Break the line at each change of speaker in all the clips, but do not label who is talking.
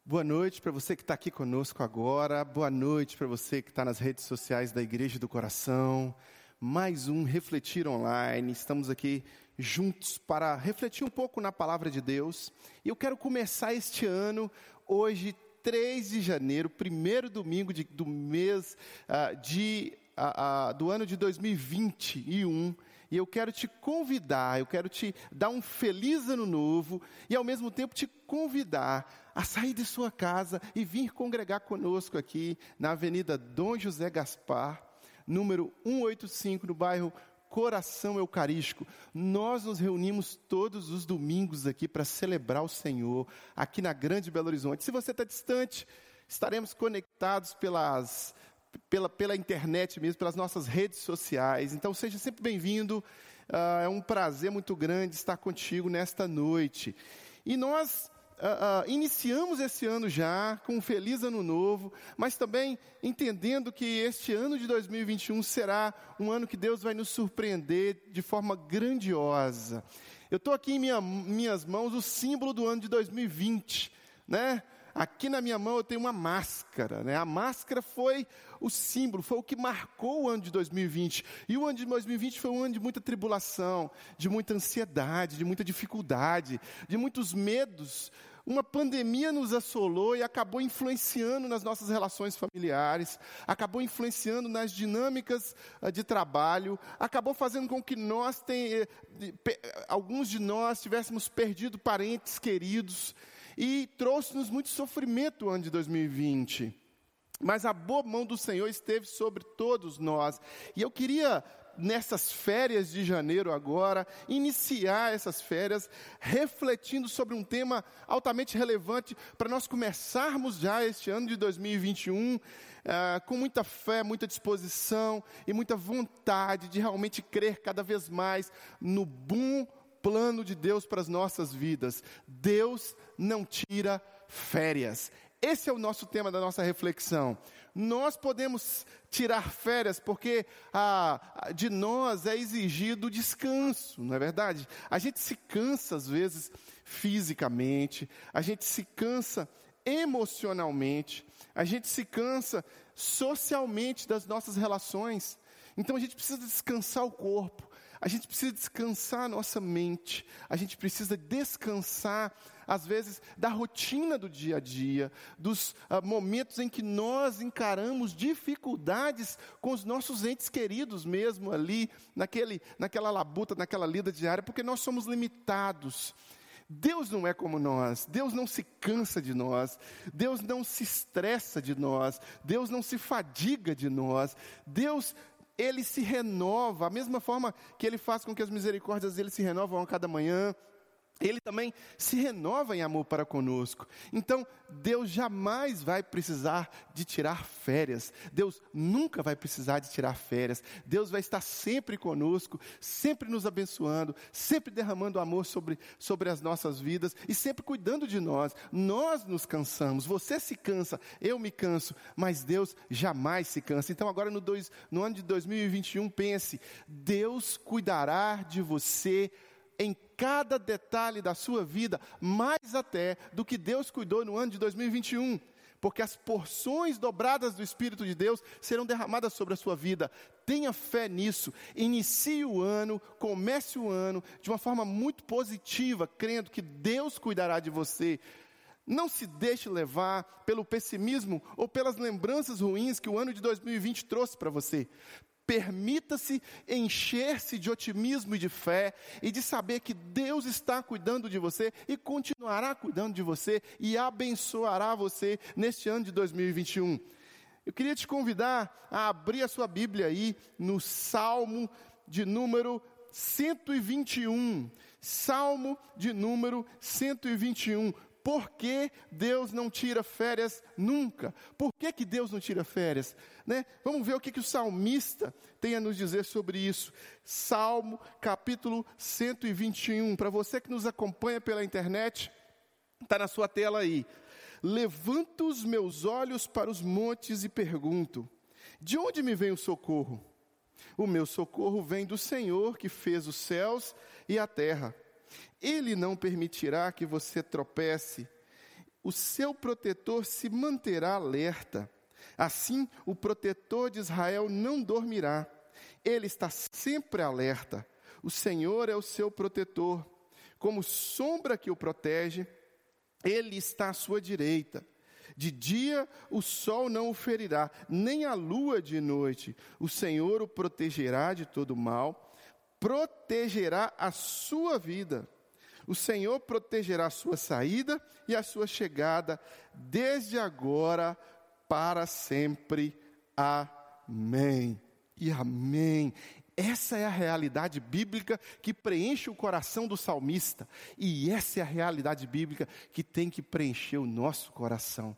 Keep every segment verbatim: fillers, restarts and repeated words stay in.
Boa noite para você que está aqui conosco agora. Boa noite para você que está nas redes sociais da Igreja do Coração. Mais um Refletir Online. Estamos aqui juntos para refletir um pouco na Palavra de Deus. E eu quero começar este ano, hoje, três de janeiro, primeiro domingo de, do mês uh, de, uh, uh, do ano de dois mil e vinte e um. E eu quero te convidar, eu quero te dar um feliz ano novo e ao mesmo tempo te convidar a sair de sua casa e vir congregar conosco aqui na Avenida Dom José Gaspar, número cento e oitenta e cinco, no bairro Coração Eucarístico. Nós nos reunimos todos os domingos aqui para celebrar o Senhor, aqui na Grande Belo Horizonte. Se você está distante, estaremos conectados pelas... Pela, pela internet mesmo, pelas nossas redes sociais. Então, seja sempre bem-vindo. Uh, é um prazer muito grande estar contigo nesta noite. E nós uh, uh, iniciamos esse ano já com um feliz ano novo, mas também entendendo que este ano de dois mil e vinte e um será um ano que Deus vai nos surpreender de forma grandiosa. Eu estou aqui em minha, minhas mãos o símbolo do ano de dois mil e vinte, né? Aqui na minha mão eu tenho uma máscara, né? A máscara foi o símbolo, foi o que marcou o ano de dois mil e vinte. E o ano de dois mil e vinte foi um ano de muita tribulação, de muita ansiedade, de muita dificuldade, de muitos medos. Uma pandemia nos assolou e acabou influenciando nas nossas relações familiares, acabou influenciando nas dinâmicas uh, de trabalho, acabou fazendo com que nós, tem, eh, pe, alguns de nós, tivéssemos perdido parentes queridos, e trouxe-nos muito sofrimento o ano de dois mil e vinte. Mas a boa mão do Senhor esteve sobre todos nós. E eu queria, nessas férias de janeiro agora, iniciar essas férias refletindo sobre um tema altamente relevante para nós começarmos já este ano de dois mil e vinte e um uh, com muita fé, muita disposição e muita vontade de realmente crer cada vez mais no bom plano de Deus para as nossas vidas. Deus não tira férias. Esse é o nosso tema da nossa reflexão. Nós podemos tirar férias porque ah, de nós é exigido descanso, não é verdade? A gente se cansa às vezes fisicamente, a gente se cansa emocionalmente, a gente se cansa socialmente das nossas relações. Então a gente precisa descansar o corpo. A gente precisa descansar a nossa mente, a gente precisa descansar, às vezes, da rotina do dia a dia, dos uh, momentos em que nós encaramos dificuldades com os nossos entes queridos mesmo ali, naquele, naquela labuta, naquela lida diária, porque nós somos limitados. Deus não é como nós, Deus não se cansa de nós, Deus não se estressa de nós, Deus não se fadiga de nós, Deus... Ele se renova, a mesma forma que Ele faz com que as misericórdias dEle se renovam a cada manhã, Ele também se renova em amor para conosco. Então, Deus jamais vai precisar de tirar férias. Deus nunca vai precisar de tirar férias. Deus vai estar sempre conosco, sempre nos abençoando, sempre derramando amor sobre, sobre as nossas vidas e sempre cuidando de nós. Nós nos cansamos, você se cansa, eu me canso, mas Deus jamais se cansa. Então, agora no, dois, no ano de dois mil e vinte e um, pense, Deus cuidará de você em cada detalhe da sua vida, mais até do que Deus cuidou no ano de dois mil e vinte e um, porque as porções dobradas do Espírito de Deus serão derramadas sobre a sua vida. Tenha fé nisso, inicie o ano, comece o ano de uma forma muito positiva, crendo que Deus cuidará de você. Não se deixe levar pelo pessimismo ou pelas lembranças ruins que o ano de dois mil e vinte trouxe para você. Permita-se encher-se de otimismo e de fé e de saber que Deus está cuidando de você e continuará cuidando de você e abençoará você neste ano de dois mil e vinte e um. Eu queria te convidar a abrir a sua Bíblia aí no Salmo de número cento e vinte e um. Salmo de número cento e vinte e um. Por que Deus não tira férias nunca? Por que, que Deus não tira férias? Né? Vamos ver o que, que o salmista tem a nos dizer sobre isso. Salmo, capítulo cento e vinte e um. Para você que nos acompanha pela internet, está na sua tela aí. Levanto os meus olhos para os montes e pergunto, de onde me vem o socorro? O meu socorro vem do Senhor que fez os céus e a terra. Ele não permitirá que você tropece o seu protetor se manterá alerta. Assim, o protetor de Israel não dormirá. Ele está sempre alerta. O Senhor é o seu protetor. Como sombra que o protege, Ele está à sua direita. De dia o sol não o ferirá, nem a lua de noite. O Senhor o protegerá de todo mal, protegerá a sua vida. O Senhor protegerá a sua saída e a sua chegada, desde agora para sempre. Amém. E amém. Essa é a realidade bíblica que preenche o coração do salmista. E essa é a realidade bíblica que tem que preencher o nosso coração.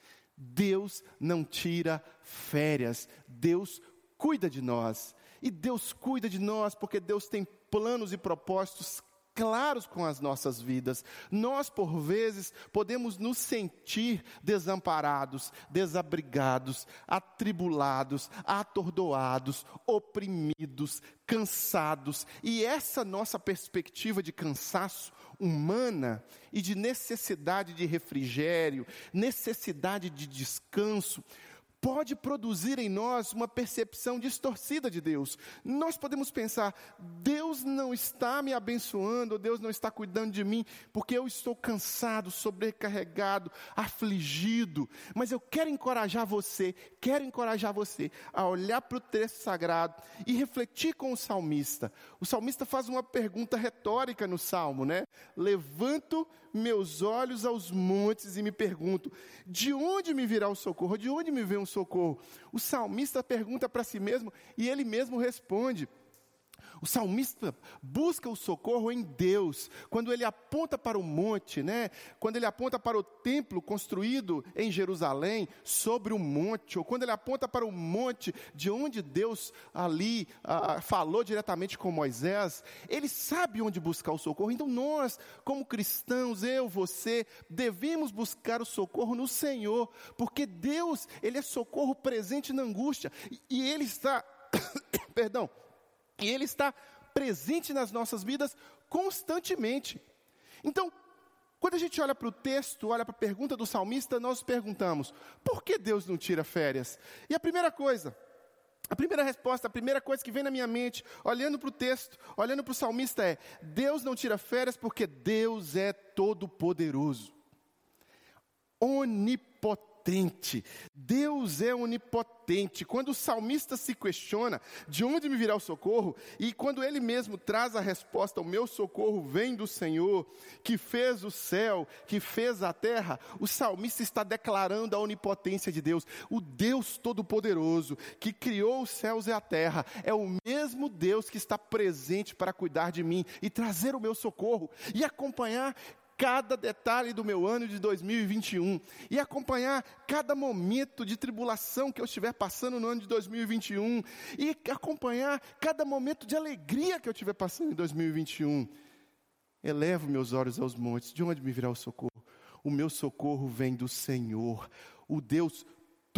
Deus não tira férias. Deus cuida de nós. E Deus cuida de nós porque Deus tem planos e propósitos claros com as nossas vidas. Nós, por vezes, podemos nos sentir desamparados, desabrigados, atribulados, atordoados, oprimidos, cansados. E essa nossa perspectiva de cansaço humana e de necessidade de refrigério, necessidade de descanso, pode produzir em nós uma percepção distorcida de Deus. Nós podemos pensar, Deus não está me abençoando, Deus não está cuidando de mim, porque eu estou cansado, sobrecarregado, afligido. Mas eu quero encorajar você, quero encorajar você a olhar para o texto sagrado e refletir com o salmista. O salmista faz uma pergunta retórica no Salmo, né? Levanto meus olhos aos montes e me pergunto, de onde me virá o socorro? De onde me vem o socorro? O salmista pergunta para si mesmo e ele mesmo responde. O salmista busca o socorro em Deus, quando ele aponta para o monte, né? Quando ele aponta para o templo construído em Jerusalém, sobre o monte, ou quando ele aponta para o monte de onde Deus ali ah, falou diretamente com Moisés, ele sabe onde buscar o socorro. Então nós, como cristãos, eu, você, devemos buscar o socorro no Senhor, porque Deus, Ele é socorro presente na angústia, e, e Ele está, perdão, E Ele está presente nas nossas vidas constantemente. Então, quando a gente olha para o texto, olha para a pergunta do salmista, nós perguntamos, por que Deus não tira férias? E a primeira coisa, a primeira resposta, a primeira coisa que vem na minha mente, olhando para o texto, olhando para o salmista é, Deus não tira férias porque Deus é todo poderoso. Onipotente. Deus é onipotente. Quando o salmista se questiona de onde me virá o socorro, e quando ele mesmo traz a resposta, o meu socorro vem do Senhor, que fez o céu, que fez a terra, o salmista está declarando a onipotência de Deus. O Deus Todo-Poderoso, que criou os céus e a terra, é o mesmo Deus que está presente para cuidar de mim e trazer o meu socorro e acompanhar cada detalhe do meu ano de dois mil e vinte e um, e acompanhar cada momento de tribulação que eu estiver passando no ano de dois mil e vinte e um, e acompanhar cada momento de alegria que eu estiver passando em dois mil e vinte e um. Elevo meus olhos aos montes, de onde me virá o socorro? O meu socorro vem do Senhor, o Deus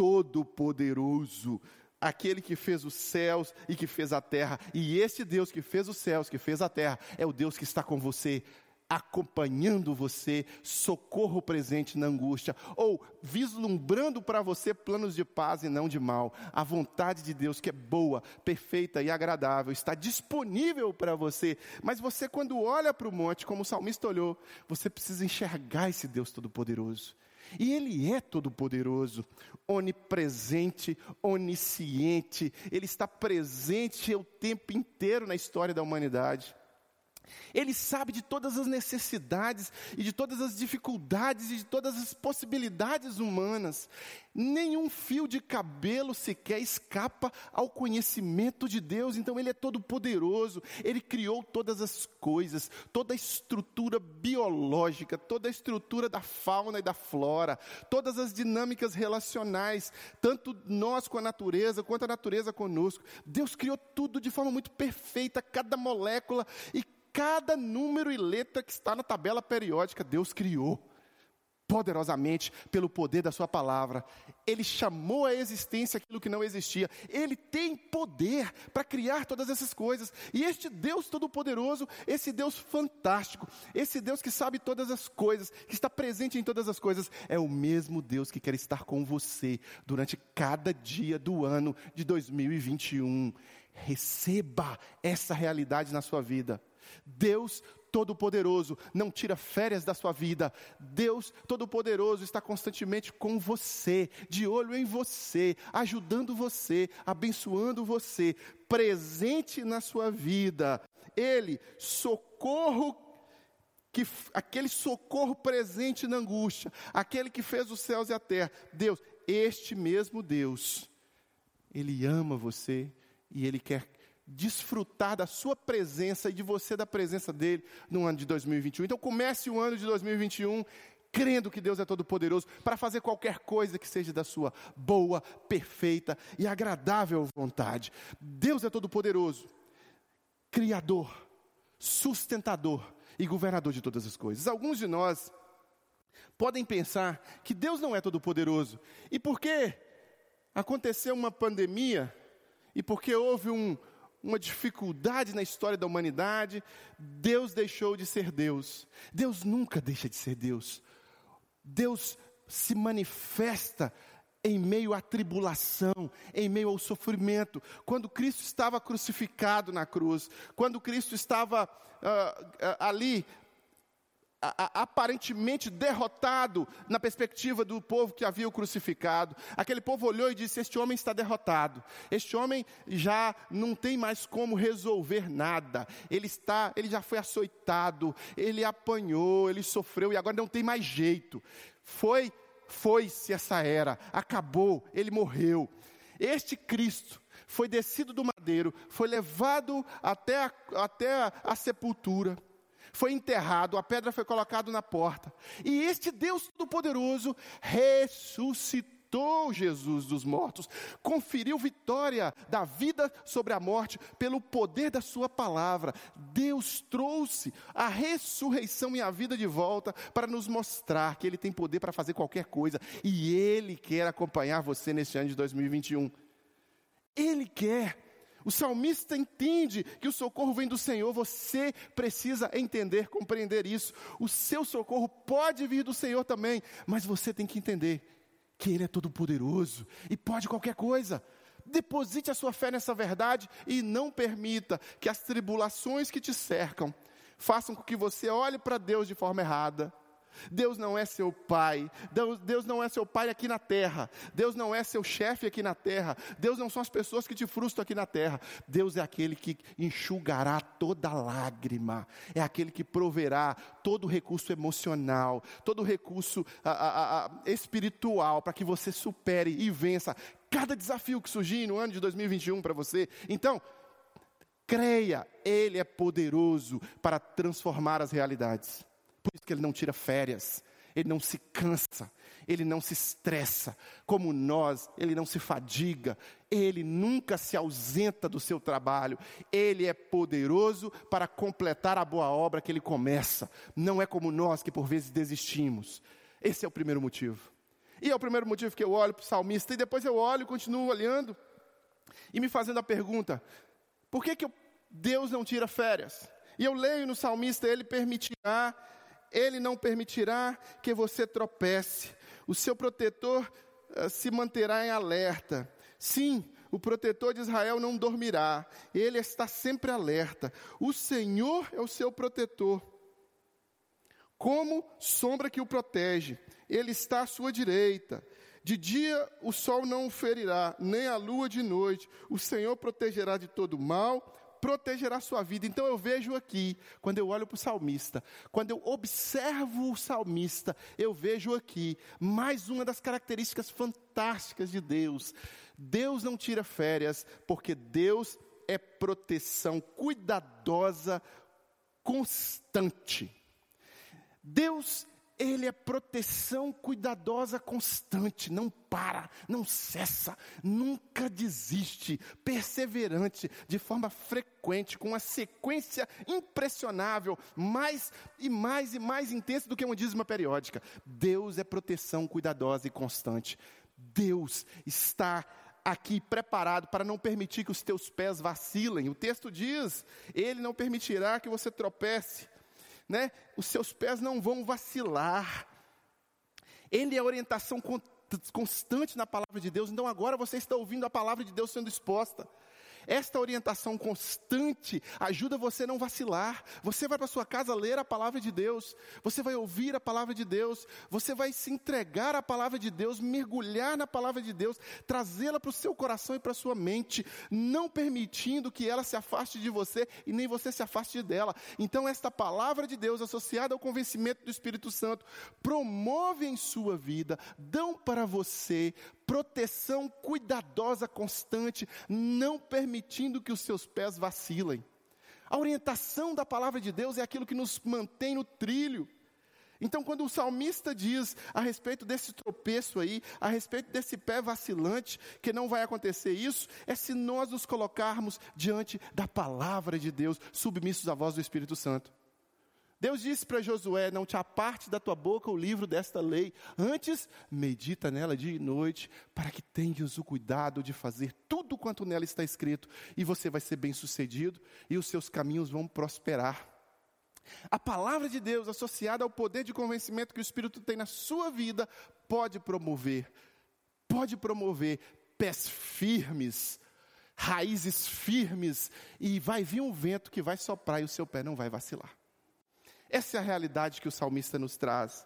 Todo-Poderoso, aquele que fez os céus e que fez a terra. E esse Deus que fez os céus, que fez a terra, é o Deus que está com você, acompanhando você, socorro presente na angústia, ou vislumbrando para você planos de paz e não de mal. A vontade de Deus, que é boa, perfeita e agradável, está disponível para você. Mas você, quando olha para o monte, como o salmista olhou, você precisa enxergar esse Deus Todo-Poderoso. E Ele é todo-poderoso, onipresente, onisciente. Ele está presente o tempo inteiro na história da humanidade. Ele sabe de todas as necessidades e de todas as dificuldades e de todas as possibilidades humanas. Nenhum fio de cabelo sequer escapa ao conhecimento de Deus. Então Ele é todo poderoso. Ele criou todas as coisas, toda a estrutura biológica, toda a estrutura da fauna e da flora, todas as dinâmicas relacionais, tanto nós com a natureza, quanto a natureza conosco. Deus criou tudo de forma muito perfeita, cada molécula e cada número e letra que está na tabela periódica, Deus criou. poderosamente pelo poder da sua palavra. Ele chamou à existência aquilo que não existia. Ele tem poder para criar todas essas coisas. E este Deus Todo-Poderoso, esse Deus fantástico, esse Deus que sabe todas as coisas, que está presente em todas as coisas, é o mesmo Deus que quer estar com você durante cada dia do ano de dois mil e vinte e um. Receba essa realidade na sua vida. Deus Todo-Poderoso não tira férias da sua vida. Deus Todo-Poderoso está constantemente com você, de olho em você, ajudando você, abençoando você, presente na sua vida. Ele, socorro, que, aquele socorro presente na angústia, aquele que fez os céus e a terra. Deus, este mesmo Deus, Ele ama você e Ele quer desfrutar da sua presença e de você da presença dele no ano de dois mil e vinte e um. Então comece o ano de dois mil e vinte e um crendo que Deus é todo poderoso para fazer qualquer coisa que seja da sua boa, perfeita e agradável vontade. Deus é todo poderoso, criador, sustentador e governador de todas as coisas. Alguns de nós podem pensar que Deus não é todo poderoso, e porque aconteceu uma pandemia e porque houve um uma dificuldade na história da humanidade, Deus deixou de ser Deus. Deus nunca deixa de ser Deus. Deus se manifesta em meio à tribulação, em meio ao sofrimento. Quando Cristo estava crucificado na cruz, quando Cristo estava uh, uh, ali, aparentemente derrotado na perspectiva do povo que havia o crucificado, aquele povo olhou e disse: este homem está derrotado, este homem já não tem mais como resolver nada, ele está, ele já foi açoitado, ele apanhou, ele sofreu e agora não tem mais jeito, foi, foi-se essa era, acabou, ele morreu. Este Cristo foi descido do madeiro, foi levado até a, até a, a sepultura, foi enterrado, a pedra foi colocada na porta. E este Deus Todo-Poderoso ressuscitou Jesus dos mortos, conferiu vitória da vida sobre a morte pelo poder da sua palavra. Deus trouxe a ressurreição e a vida de volta para nos mostrar que Ele tem poder para fazer qualquer coisa. E Ele quer acompanhar você neste ano de dois mil e vinte e um. Ele quer. O salmista entende que o socorro vem do Senhor. Você precisa entender, compreender isso. O seu socorro pode vir do Senhor também, mas você tem que entender que Ele é todo poderoso e pode qualquer coisa. Deposite a sua fé nessa verdade e não permita que as tribulações que te cercam façam com que você olhe para Deus de forma errada. Deus não é seu pai, Deus, Deus não é seu pai aqui na terra, Deus não é seu chefe aqui na terra, Deus não são as pessoas que te frustram aqui na terra. Deus é aquele que enxugará toda lágrima, é aquele que proverá todo recurso emocional, todo recurso a, a, a, espiritual para que você supere e vença cada desafio que surgir no ano de dois mil e vinte e um para você. Então, creia, Ele é poderoso para transformar as realidades. Por isso que Ele não tira férias, Ele não se cansa, Ele não se estressa, como nós, Ele não se fadiga, Ele nunca se ausenta do seu trabalho. Ele é poderoso para completar a boa obra que Ele começa. Não é como nós que por vezes desistimos. Esse é o primeiro motivo. E é o primeiro motivo que eu olho para o salmista, e depois eu olho e continuo olhando, e me fazendo a pergunta: por que que Deus não tira férias? E eu leio no salmista: Ele permitirá, Ele não permitirá que você tropece. O seu protetor uh, se manterá em alerta. Sim, o protetor de Israel não dormirá. Ele está sempre alerta. O Senhor é o seu protetor, como sombra que o protege. Ele está à sua direita. De dia o sol não o ferirá, nem a lua de noite. O Senhor protegerá de todo mal, protegerá sua vida. Então eu vejo aqui, quando eu olho para o salmista, quando eu observo o salmista, eu vejo aqui mais uma das características fantásticas de Deus. Deus não tira férias, porque Deus é proteção cuidadosa, constante. Deus Ele é proteção cuidadosa constante, não para, não cessa, nunca desiste, perseverante, de forma frequente, com uma sequência impressionável, mais e mais e mais intensa do que uma dízima periódica. Deus é proteção cuidadosa e constante. Deus está aqui preparado para não permitir que os teus pés vacilem. O texto diz, Ele não permitirá que você tropece. Né? Os seus pés não vão vacilar. Ele é a orientação constante na palavra de Deus. Então agora você está ouvindo a palavra de Deus sendo exposta. Esta orientação constante ajuda você a não vacilar. Você vai para sua casa ler a palavra de Deus. Você vai ouvir a palavra de Deus. Você vai se entregar à palavra de Deus, mergulhar na palavra de Deus, trazê-la para o seu coração e para a sua mente, não permitindo que ela se afaste de você e nem você se afaste dela. Então esta palavra de Deus, associada ao convencimento do Espírito Santo, promove em sua vida, dão para você proteção cuidadosa, constante, não permitindo que os seus pés vacilem. A orientação da palavra de Deus é aquilo que nos mantém no trilho. Então, quando o salmista diz a respeito desse tropeço aí, a respeito desse pé vacilante, que não vai acontecer isso, é se nós nos colocarmos diante da palavra de Deus, submissos à voz do Espírito Santo. Deus disse para Josué, não te aparte da tua boca o livro desta lei, antes medita nela dia e noite, para que tenhas o cuidado de fazer tudo quanto nela está escrito, e você vai ser bem sucedido, e os seus caminhos vão prosperar. A palavra de Deus, associada ao poder de convencimento que o Espírito tem na sua vida, pode promover, pode promover pés firmes, raízes firmes, e vai vir um vento que vai soprar e o seu pé não vai vacilar. Essa é a realidade que o salmista nos traz.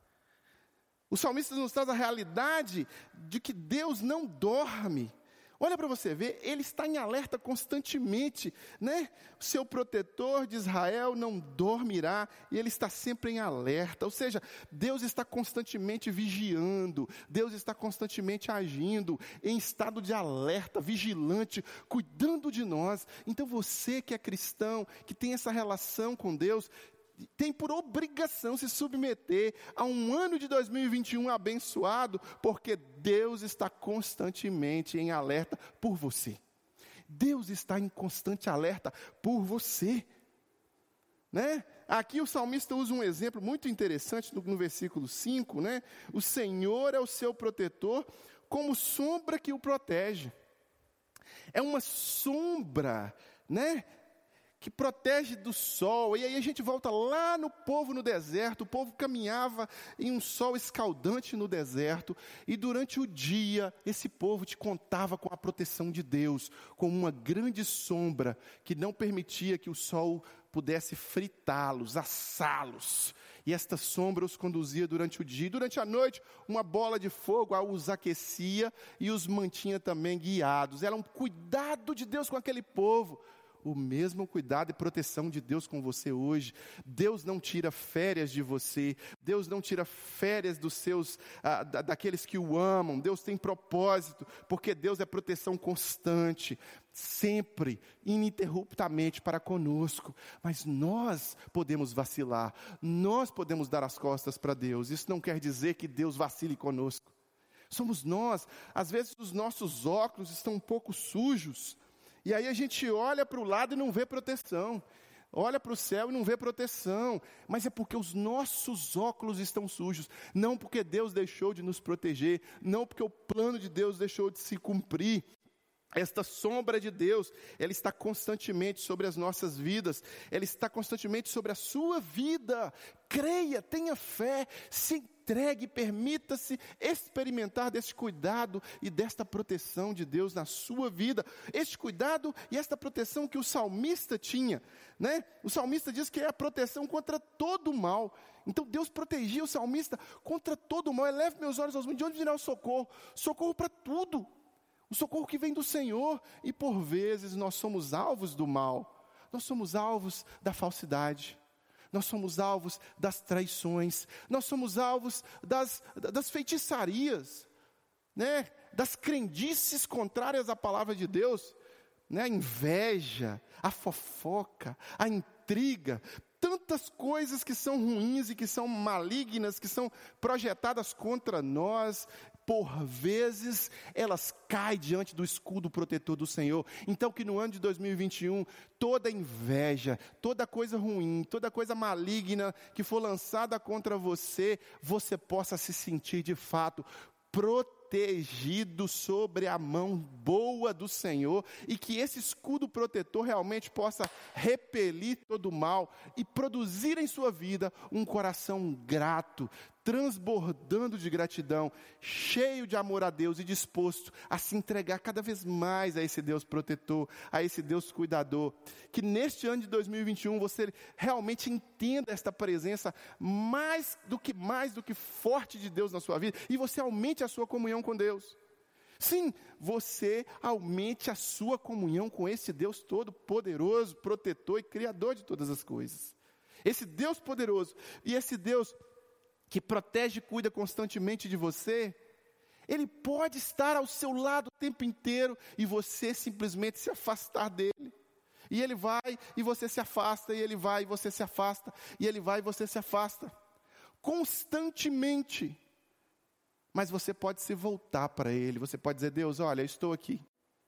O salmista nos traz a realidade de que Deus não dorme. Olha para você ver, Ele está em alerta constantemente, né? O seu protetor de Israel não dormirá, e Ele está sempre em alerta. Ou seja, Deus está constantemente vigiando, Deus está constantemente agindo, em estado de alerta, vigilante, cuidando de nós. Então você que é cristão, que tem essa relação com Deus, tem por obrigação se submeter a um ano de dois mil e vinte e um abençoado, porque Deus está constantemente em alerta por você. Deus está em constante alerta por você. Né? Aqui o salmista usa um exemplo muito interessante no, no versículo cinco, né? O Senhor é o seu protetor, como sombra que o protege. É uma sombra, né? Que protege do sol. E aí a gente volta lá no povo no deserto. O povo caminhava em um sol escaldante no deserto, e durante o dia esse povo te contava com a proteção de Deus, com uma grande sombra que não permitia que o sol pudesse fritá-los, assá-los. E esta sombra os conduzia durante o dia, e durante a noite uma bola de fogo os aquecia e os mantinha também guiados. Era um cuidado de Deus com aquele povo. O mesmo cuidado e proteção de Deus com você hoje. Deus não tira férias de você. Deus não tira férias dos seus, ah, da, daqueles que o amam. Deus tem propósito, porque Deus é proteção constante, sempre, ininterruptamente para conosco. Mas nós podemos vacilar, nós podemos dar as costas para Deus. Isso não quer dizer que Deus vacile conosco. Somos nós. Às vezes os nossos óculos estão um pouco sujos, e aí a gente olha para o lado e não vê proteção. Olha para o céu e não vê proteção. Mas é porque os nossos óculos estão sujos. Não porque Deus deixou de nos proteger. Não porque o plano de Deus deixou de se cumprir. Esta sombra de Deus, ela está constantemente sobre as nossas vidas. Ela está constantemente sobre a sua vida. Creia, tenha fé, se entregue, permita-se experimentar desse cuidado e desta proteção de Deus na sua vida. Este cuidado e esta proteção que o salmista tinha, né? O salmista diz que é a proteção contra todo o mal. Então Deus protegia o salmista contra todo o mal. Eleve meus olhos aos montes, de onde virá o socorro? Socorro para tudo. O socorro que vem do Senhor. E por vezes nós somos alvos do mal. Nós somos alvos da falsidade. Nós somos alvos das traições. Nós somos alvos das, das feitiçarias, né? Das crendices contrárias à palavra de Deus, né? A inveja, a fofoca, a intriga, tanto tantas coisas que são ruins e que são malignas, que são projetadas contra nós, por vezes elas caem diante do escudo protetor do Senhor. Então que no ano de dois mil e vinte e um, toda inveja, toda coisa ruim, toda coisa maligna que for lançada contra você, você possa se sentir de fato protegido sobre a mão boa do Senhor, e que esse escudo protetor realmente possa repelir todo o mal e produzir em sua vida um coração grato, transbordando de gratidão, cheio de amor a Deus e disposto a se entregar cada vez mais a esse Deus protetor, a esse Deus cuidador. Que neste ano de dois mil e vinte e um você realmente entenda esta presença mais do que mais do que forte de Deus na sua vida, e você aumente a sua comunhão com Deus. Sim, você aumente a sua comunhão com esse Deus todo poderoso, protetor e criador de todas as coisas. Esse Deus poderoso e esse Deus que protege e cuida constantemente de você, Ele pode estar ao seu lado o tempo inteiro e você simplesmente se afastar dele. E Ele vai e você se afasta, e Ele vai e você se afasta, e Ele vai e você se afasta. Constantemente. Mas você pode se voltar para Ele, você pode dizer: Deus, olha, eu estou aqui.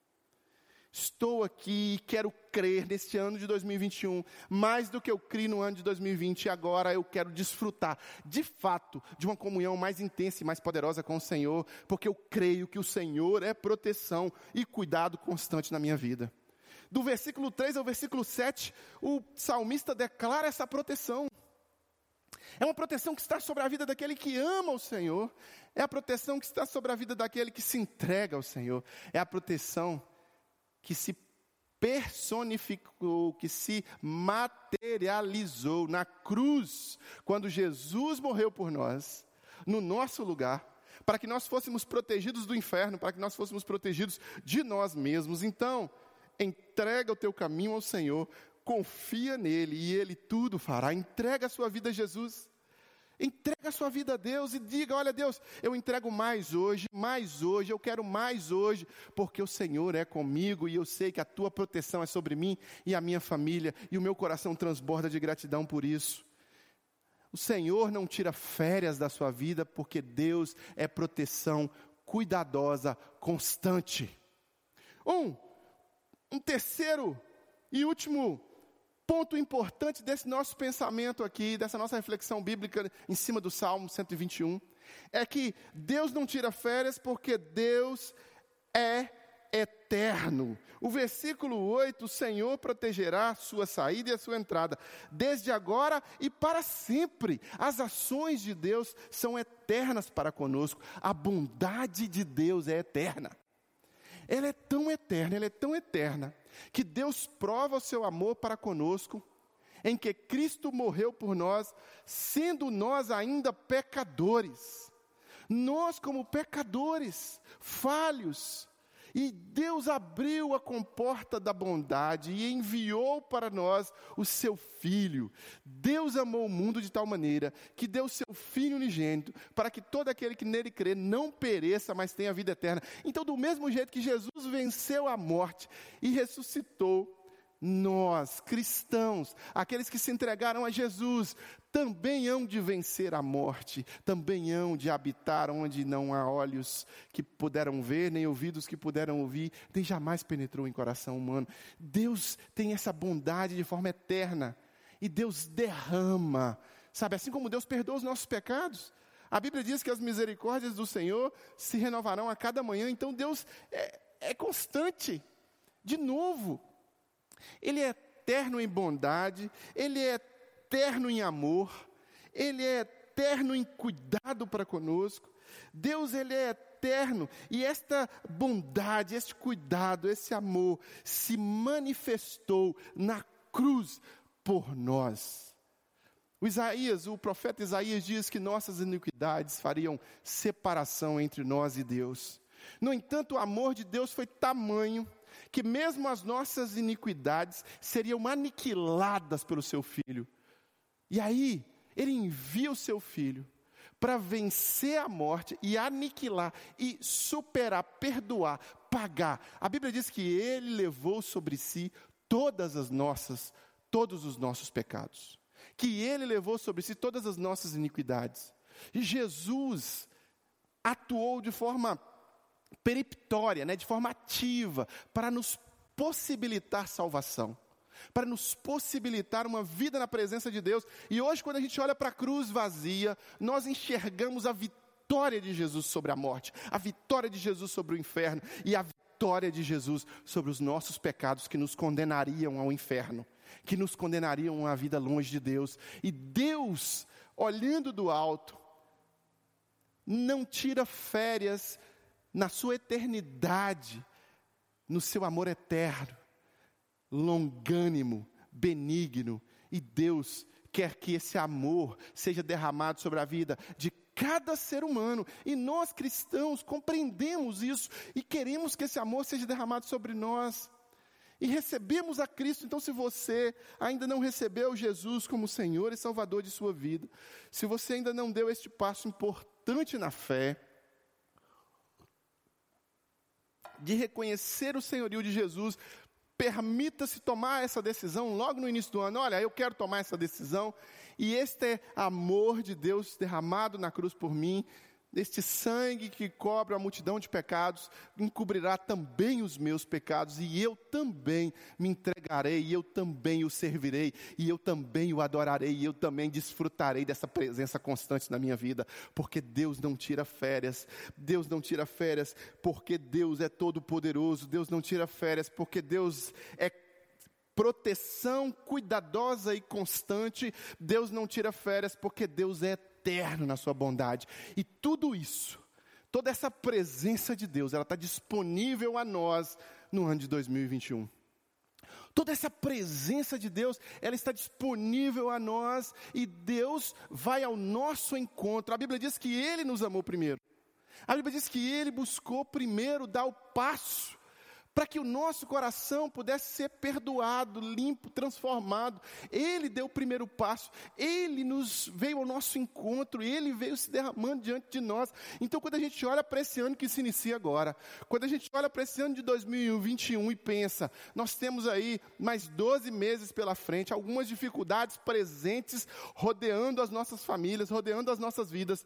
Estou aqui e quero crer neste ano de dois mil e vinte e um, mais do que eu criei no ano de dois mil e vinte, e agora eu quero desfrutar, de fato, de uma comunhão mais intensa e mais poderosa com o Senhor, porque eu creio que o Senhor é proteção e cuidado constante na minha vida. Do versículo três ao versículo sete, o salmista declara essa proteção. É uma proteção que está sobre a vida daquele que ama o Senhor, é a proteção que está sobre a vida daquele que se entrega ao Senhor, é a proteção que se personificou, que se materializou na cruz, quando Jesus morreu por nós, no nosso lugar, para que nós fôssemos protegidos do inferno, para que nós fôssemos protegidos de nós mesmos. Então, entrega o teu caminho ao Senhor, confia nele e Ele tudo fará. Entrega a sua vida a Jesus. Entrega a sua vida a Deus e diga: olha, Deus, eu entrego mais hoje, mais hoje, eu quero mais hoje, porque o Senhor é comigo e eu sei que a tua proteção é sobre mim e a minha família, e o meu coração transborda de gratidão por isso. O Senhor não tira férias da sua vida, porque Deus é proteção cuidadosa, constante. Um, um terceiro e último ponto importante desse nosso pensamento aqui, dessa nossa reflexão bíblica em cima do Salmo cento e vinte e um, é que Deus não tira férias porque Deus é eterno. O versículo oito: o Senhor protegerá a sua saída e a sua entrada, desde agora e para sempre. As ações de Deus são eternas para conosco, a bondade de Deus é eterna. Ela é tão eterna, ela é tão eterna, que Deus prova o seu amor para conosco, em que Cristo morreu por nós, sendo nós ainda pecadores. Nós como pecadores, falhos, e Deus abriu a comporta da bondade e enviou para nós o seu Filho. Deus amou o mundo de tal maneira que deu o seu Filho unigênito, para que todo aquele que nele crê não pereça, mas tenha vida eterna. Então, do mesmo jeito que Jesus venceu a morte e ressuscitou, nós, cristãos, aqueles que se entregaram a Jesus, também hão de vencer a morte, também hão de habitar onde não há olhos que puderam ver, nem ouvidos que puderam ouvir, nem jamais penetrou em coração humano. Deus tem essa bondade de forma eterna, e Deus derrama, sabe, assim como Deus perdoa os nossos pecados, a Bíblia diz que as misericórdias do Senhor se renovarão a cada manhã. Então Deus é, é constante, de novo. Ele é eterno em bondade, Ele é eterno em amor, Ele é eterno em cuidado para conosco. Deus, Ele é eterno, e esta bondade, este cuidado, esse amor se manifestou na cruz por nós. O Isaías, o profeta Isaías diz que nossas iniquidades fariam separação entre nós e Deus. No entanto, o amor de Deus foi tamanho que mesmo as nossas iniquidades seriam aniquiladas pelo seu Filho. E aí, Ele envia o seu Filho para vencer a morte e aniquilar, e superar, perdoar, pagar. A Bíblia diz que Ele levou sobre si todas as nossas, todos os nossos pecados. que Ele levou sobre si todas as nossas iniquidades. E Jesus atuou de forma peremptória, né, de forma ativa, para nos possibilitar salvação, para nos possibilitar uma vida na presença de Deus. E hoje, quando a gente olha para a cruz vazia, nós enxergamos a vitória de Jesus sobre a morte, a vitória de Jesus sobre o inferno e a vitória de Jesus sobre os nossos pecados que nos condenariam ao inferno, que nos condenariam a uma vida longe de Deus. E Deus, olhando do alto, não tira férias na sua eternidade, no seu amor eterno, longânimo, benigno. E Deus quer que esse amor seja derramado sobre a vida de cada ser humano. E nós cristãos compreendemos isso e queremos que esse amor seja derramado sobre nós. E recebemos a Cristo. Então, se você ainda não recebeu Jesus como Senhor e Salvador de sua vida, se você ainda não deu este passo importante na fé, de reconhecer o senhorio de Jesus, permita-se tomar essa decisão logo no início do ano. Olha, eu quero tomar essa decisão, e este é amor de Deus derramado na cruz por mim. Este sangue que cobre a multidão de pecados, encobrirá também os meus pecados, e eu também me entregarei, e eu também o servirei, e eu também o adorarei, e eu também desfrutarei dessa presença constante na minha vida, porque Deus não tira férias. Deus não tira férias porque Deus é todo poderoso. Deus não tira férias porque Deus é proteção cuidadosa e constante. Deus não tira férias porque Deus é eterno na sua bondade. E tudo isso, toda essa presença de Deus, ela está disponível a nós no ano de dois mil e vinte e um. Toda essa presença de Deus, ela está disponível a nós, e Deus vai ao nosso encontro. A Bíblia diz que Ele nos amou primeiro. A Bíblia diz que Ele buscou primeiro dar o passo para que o nosso coração pudesse ser perdoado, limpo, transformado. Ele deu o primeiro passo, Ele nos veio ao nosso encontro, Ele veio se derramando diante de nós. Então, quando a gente olha para esse ano que se inicia agora, quando a gente olha para esse ano de dois mil e vinte e um e pensa, nós temos aí mais doze meses pela frente, algumas dificuldades presentes, rodeando as nossas famílias, rodeando as nossas vidas.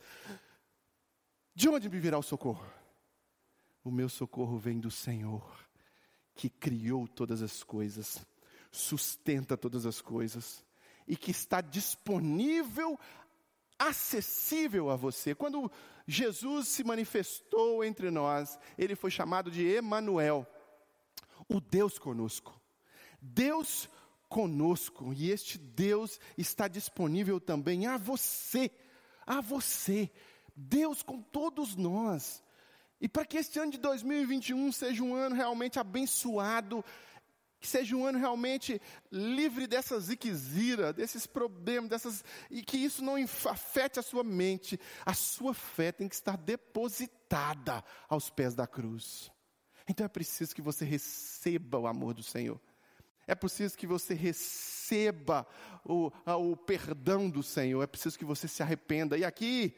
De onde me virá o socorro? O meu socorro vem do Senhor, que criou todas as coisas, sustenta todas as coisas, e que está disponível, acessível a você. Quando Jesus se manifestou entre nós, Ele foi chamado de Emanuel, o Deus conosco. Deus conosco, e este Deus está disponível também a você, a você, Deus com todos nós. E para que este ano de dois mil e vinte e um seja um ano realmente abençoado, que seja um ano realmente livre dessa ziquezira, desses problemas, dessas, e que isso não afete a sua mente, a sua fé tem que estar depositada aos pés da cruz. Então é preciso que você receba o amor do Senhor. É preciso que você receba o, o perdão do Senhor. É preciso que você se arrependa. E aqui,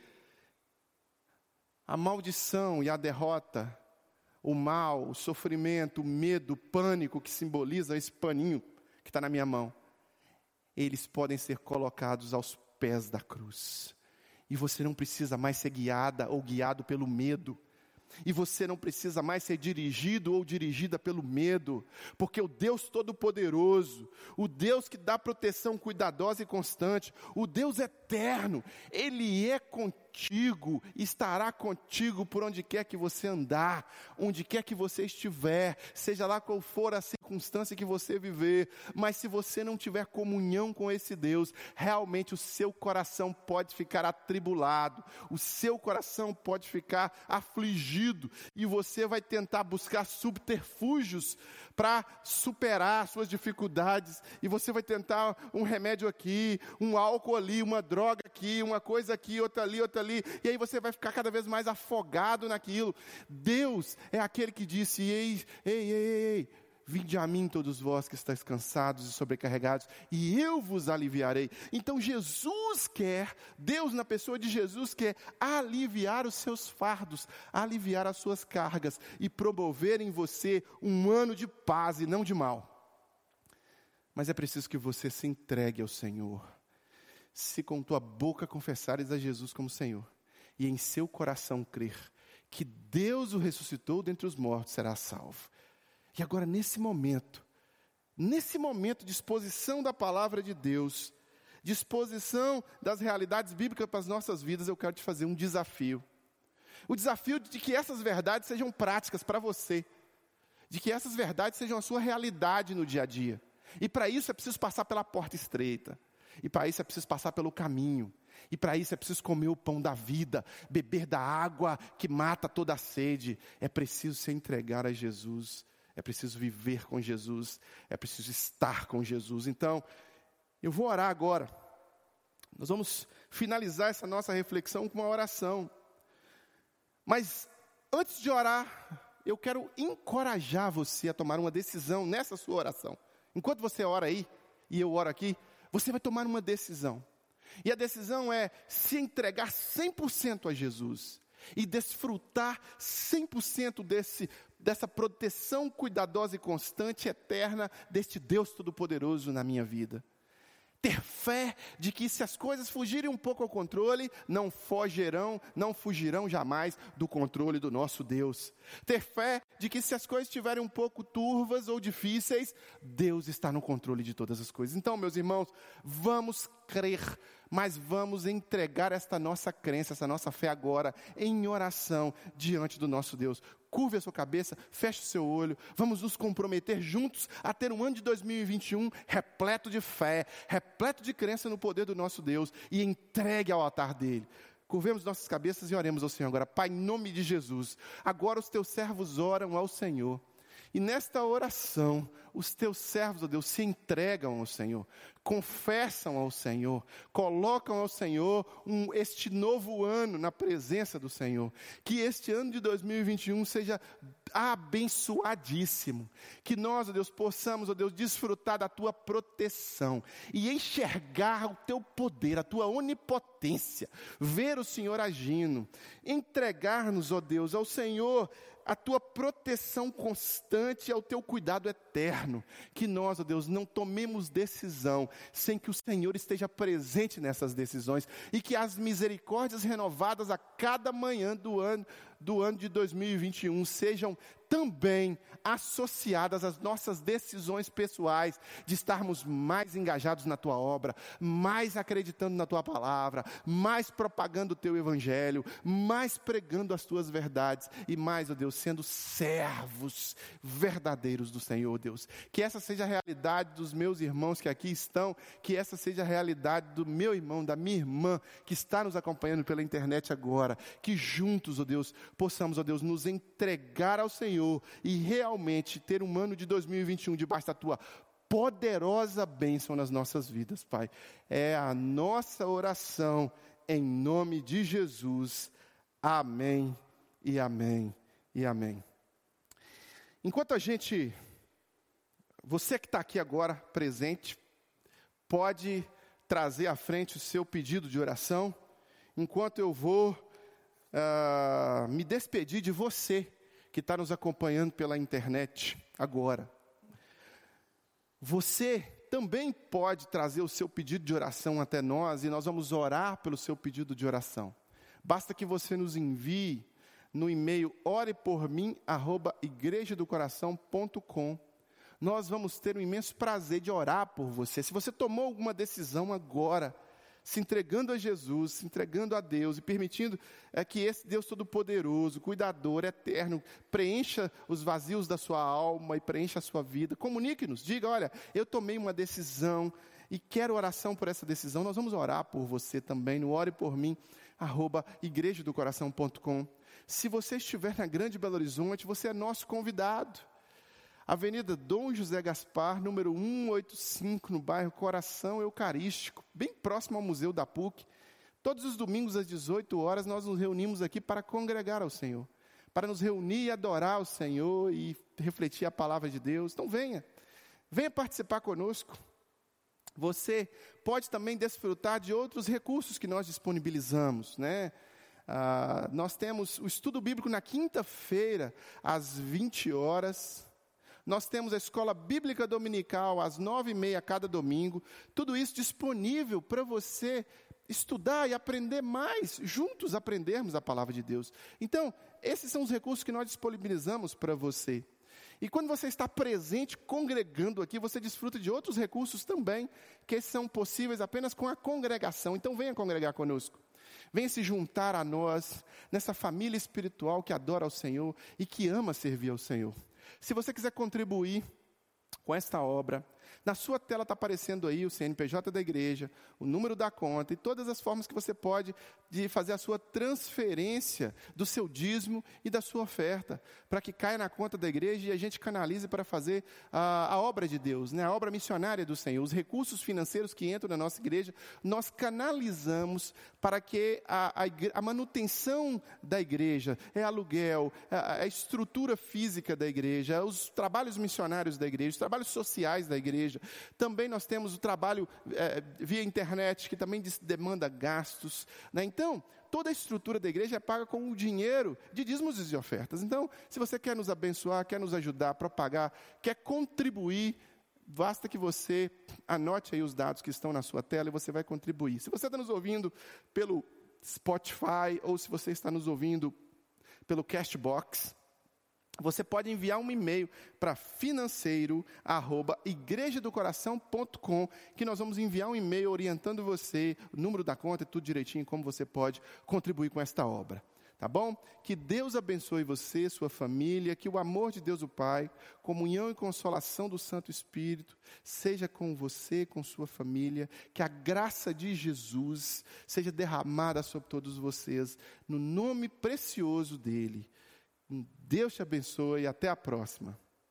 a maldição e a derrota, o mal, o sofrimento, o medo, o pânico que simboliza esse paninho que está na minha mão, eles podem ser colocados aos pés da cruz. E você não precisa mais ser guiada ou guiado pelo medo. E você não precisa mais ser dirigido ou dirigida pelo medo, porque o Deus Todo-Poderoso, o Deus que dá proteção cuidadosa e constante, o Deus eterno, Ele é contigo, estará contigo por onde quer que você andar, onde quer que você estiver, seja lá qual for a circunstância que você viver. Mas se você não tiver comunhão com esse Deus, realmente o seu coração pode ficar atribulado, o seu coração pode ficar afligido, e você vai tentar buscar subterfúgios para superar suas dificuldades, e você vai tentar um remédio aqui, um álcool ali, uma droga aqui, uma coisa aqui, outra ali, outra ali, e aí você vai ficar cada vez mais afogado naquilo. Deus é aquele que disse: ei, ei, ei, ei, vinde a mim todos vós que estáis cansados e sobrecarregados, e eu vos aliviarei. Então Jesus quer, Deus na pessoa de Jesus quer aliviar os seus fardos, aliviar as suas cargas e promover em você um ano de paz e não de mal. Mas é preciso que você se entregue ao Senhor. se com tua boca confessares a Jesus como Senhor, e em seu coração crer que Deus o ressuscitou dentre os mortos, será salvo. E agora, nesse momento, nesse momento de exposição da palavra de Deus, de exposição das realidades bíblicas para as nossas vidas, eu quero te fazer um desafio. O desafio de que essas verdades sejam práticas para você, de que essas verdades sejam a sua realidade no dia a dia. E para isso é preciso passar pela porta estreita. E para isso é preciso passar pelo caminho. E para isso é preciso comer o pão da vida, beber da água que mata toda a sede. É preciso se entregar a Jesus. É preciso viver com Jesus. É preciso estar com Jesus. Então, eu vou orar agora. Nós vamos finalizar essa nossa reflexão com uma oração. Mas antes de orar, eu quero encorajar você a tomar uma decisão nessa sua oração. Enquanto você ora aí, e eu oro aqui, você vai tomar uma decisão. E a decisão é se entregar cem por cento a Jesus. E desfrutar cem por cento desse, dessa proteção cuidadosa e constante, eterna, deste Deus Todo-Poderoso na minha vida. Ter fé de que se as coisas fugirem um pouco ao controle, não fogerão, não fugirão jamais do controle do nosso Deus. Ter fé de que se as coisas estiverem um pouco turvas ou difíceis, Deus está no controle de todas as coisas. Então, meus irmãos, vamos crer, mas vamos entregar esta nossa crença, essa nossa fé agora, em oração, diante do nosso Deus. Curve a sua cabeça, feche o seu olho, vamos nos comprometer juntos a ter um ano de dois mil e vinte e um repleto de fé, repleto de crença no poder do nosso Deus e entregue ao altar dele. Curvemos nossas cabeças e oremos ao Senhor agora. Pai, em nome de Jesus, agora os teus servos oram ao Senhor. E nesta oração, os teus servos, ó Deus, se entregam ao Senhor, confessam ao Senhor, colocam ao Senhor um, este novo ano na presença do Senhor. Que este ano de dois mil e vinte e um seja abençoadíssimo. Que nós, ó Deus, possamos, ó Deus, desfrutar da tua proteção e enxergar o teu poder, a tua onipotência, ver o Senhor agindo, entregar-nos, ó Deus, ao Senhor, a tua proteção constante e ao teu cuidado eterno. Que nós, ó Deus, não tomemos decisão sem que o Senhor esteja presente nessas decisões e que as misericórdias renovadas a cada manhã do ano, do ano de dois mil e vinte e um sejam também associadas às nossas decisões pessoais de estarmos mais engajados na tua obra, mais acreditando na tua palavra, mais propagando o teu evangelho, mais pregando as tuas verdades e mais, ó Deus, sendo servos verdadeiros do Senhor, Deus. Que essa seja a realidade dos meus irmãos que aqui estão, que essa seja a realidade do meu irmão, da minha irmã que está nos acompanhando pela internet agora. Que juntos, ó Deus, possamos, ó Deus, nos entregar ao Senhor e realmente ter um ano de dois mil e vinte e um debaixo da tua poderosa bênção nas nossas vidas, Pai. É a nossa oração em nome de Jesus. Amém e amém e amém. Enquanto a gente, você que está aqui agora presente, pode trazer à frente o seu pedido de oração, enquanto eu vou uh, me despedir de você que está nos acompanhando pela internet agora. Você também pode trazer o seu pedido de oração até nós e nós vamos orar pelo seu pedido de oração. Basta que você nos envie no e-mail orepormim arroba igreja do coração ponto com. Nós vamos ter um imenso prazer de orar por você. Se você tomou alguma decisão agora, se entregando a Jesus, se entregando a Deus e permitindo é, que esse Deus Todo-Poderoso, cuidador, eterno, preencha os vazios da sua alma e preencha a sua vida. Comunique-nos, diga, olha, eu tomei uma decisão e quero oração por essa decisão. Nós vamos orar por você também no orepormim arroba igreja do coração ponto com. Se você estiver na Grande Belo Horizonte, você é nosso convidado. Avenida Dom José Gaspar, número cento e oitenta e cinco, no bairro Coração Eucarístico, bem próximo ao Museu da P U C. Todos os domingos às dezoito horas nós nos reunimos aqui para congregar ao Senhor, para nos reunir e adorar ao Senhor e refletir a palavra de Deus. Então venha, venha participar conosco. Você pode também desfrutar de outros recursos que nós disponibilizamos, né? Ah, nós temos o estudo bíblico na quinta-feira, às vinte horas. Nós temos a escola bíblica dominical às nove e meia cada domingo. Tudo isso disponível para você estudar e aprender mais, juntos aprendermos a palavra de Deus. Então, esses são os recursos que nós disponibilizamos para você. E quando você está presente, congregando aqui, você desfruta de outros recursos também, que são possíveis apenas com a congregação. Então, venha congregar conosco. Venha se juntar a nós, nessa família espiritual que adora ao Senhor e que ama servir ao Senhor. Se você quiser contribuir com esta obra, na sua tela está aparecendo aí o C N P J da igreja, o número da conta e todas as formas que você pode de fazer a sua transferência do seu dízimo e da sua oferta, para que caia na conta da igreja e a gente canalize para fazer a, a obra de Deus, né? A obra missionária do Senhor. Os recursos financeiros que entram na nossa igreja, nós canalizamos para que a, a, igre- a manutenção da igreja, é aluguel, a, a estrutura física da igreja, os trabalhos missionários da igreja, os trabalhos sociais da igreja. Também nós temos o trabalho é, via internet, que também demanda gastos, né? Então, toda a estrutura da igreja é paga com o dinheiro de dízimos e de ofertas. Então, se você quer nos abençoar, quer nos ajudar a propagar, quer contribuir, basta que você anote aí os dados que estão na sua tela e você vai contribuir. Se você está nos ouvindo pelo Spotify ou se você está nos ouvindo pelo Castbox, você pode enviar um e-mail para financeiro arroba igreja do coração ponto com, que nós vamos enviar um e-mail orientando você, o número da conta e tudo direitinho, como você pode contribuir com esta obra. Tá bom? Que Deus abençoe você, sua família, que o amor de Deus o Pai, comunhão e consolação do Santo Espírito, seja com você, com sua família, que a graça de Jesus seja derramada sobre todos vocês, no nome precioso dele. Deus te abençoe e até a próxima.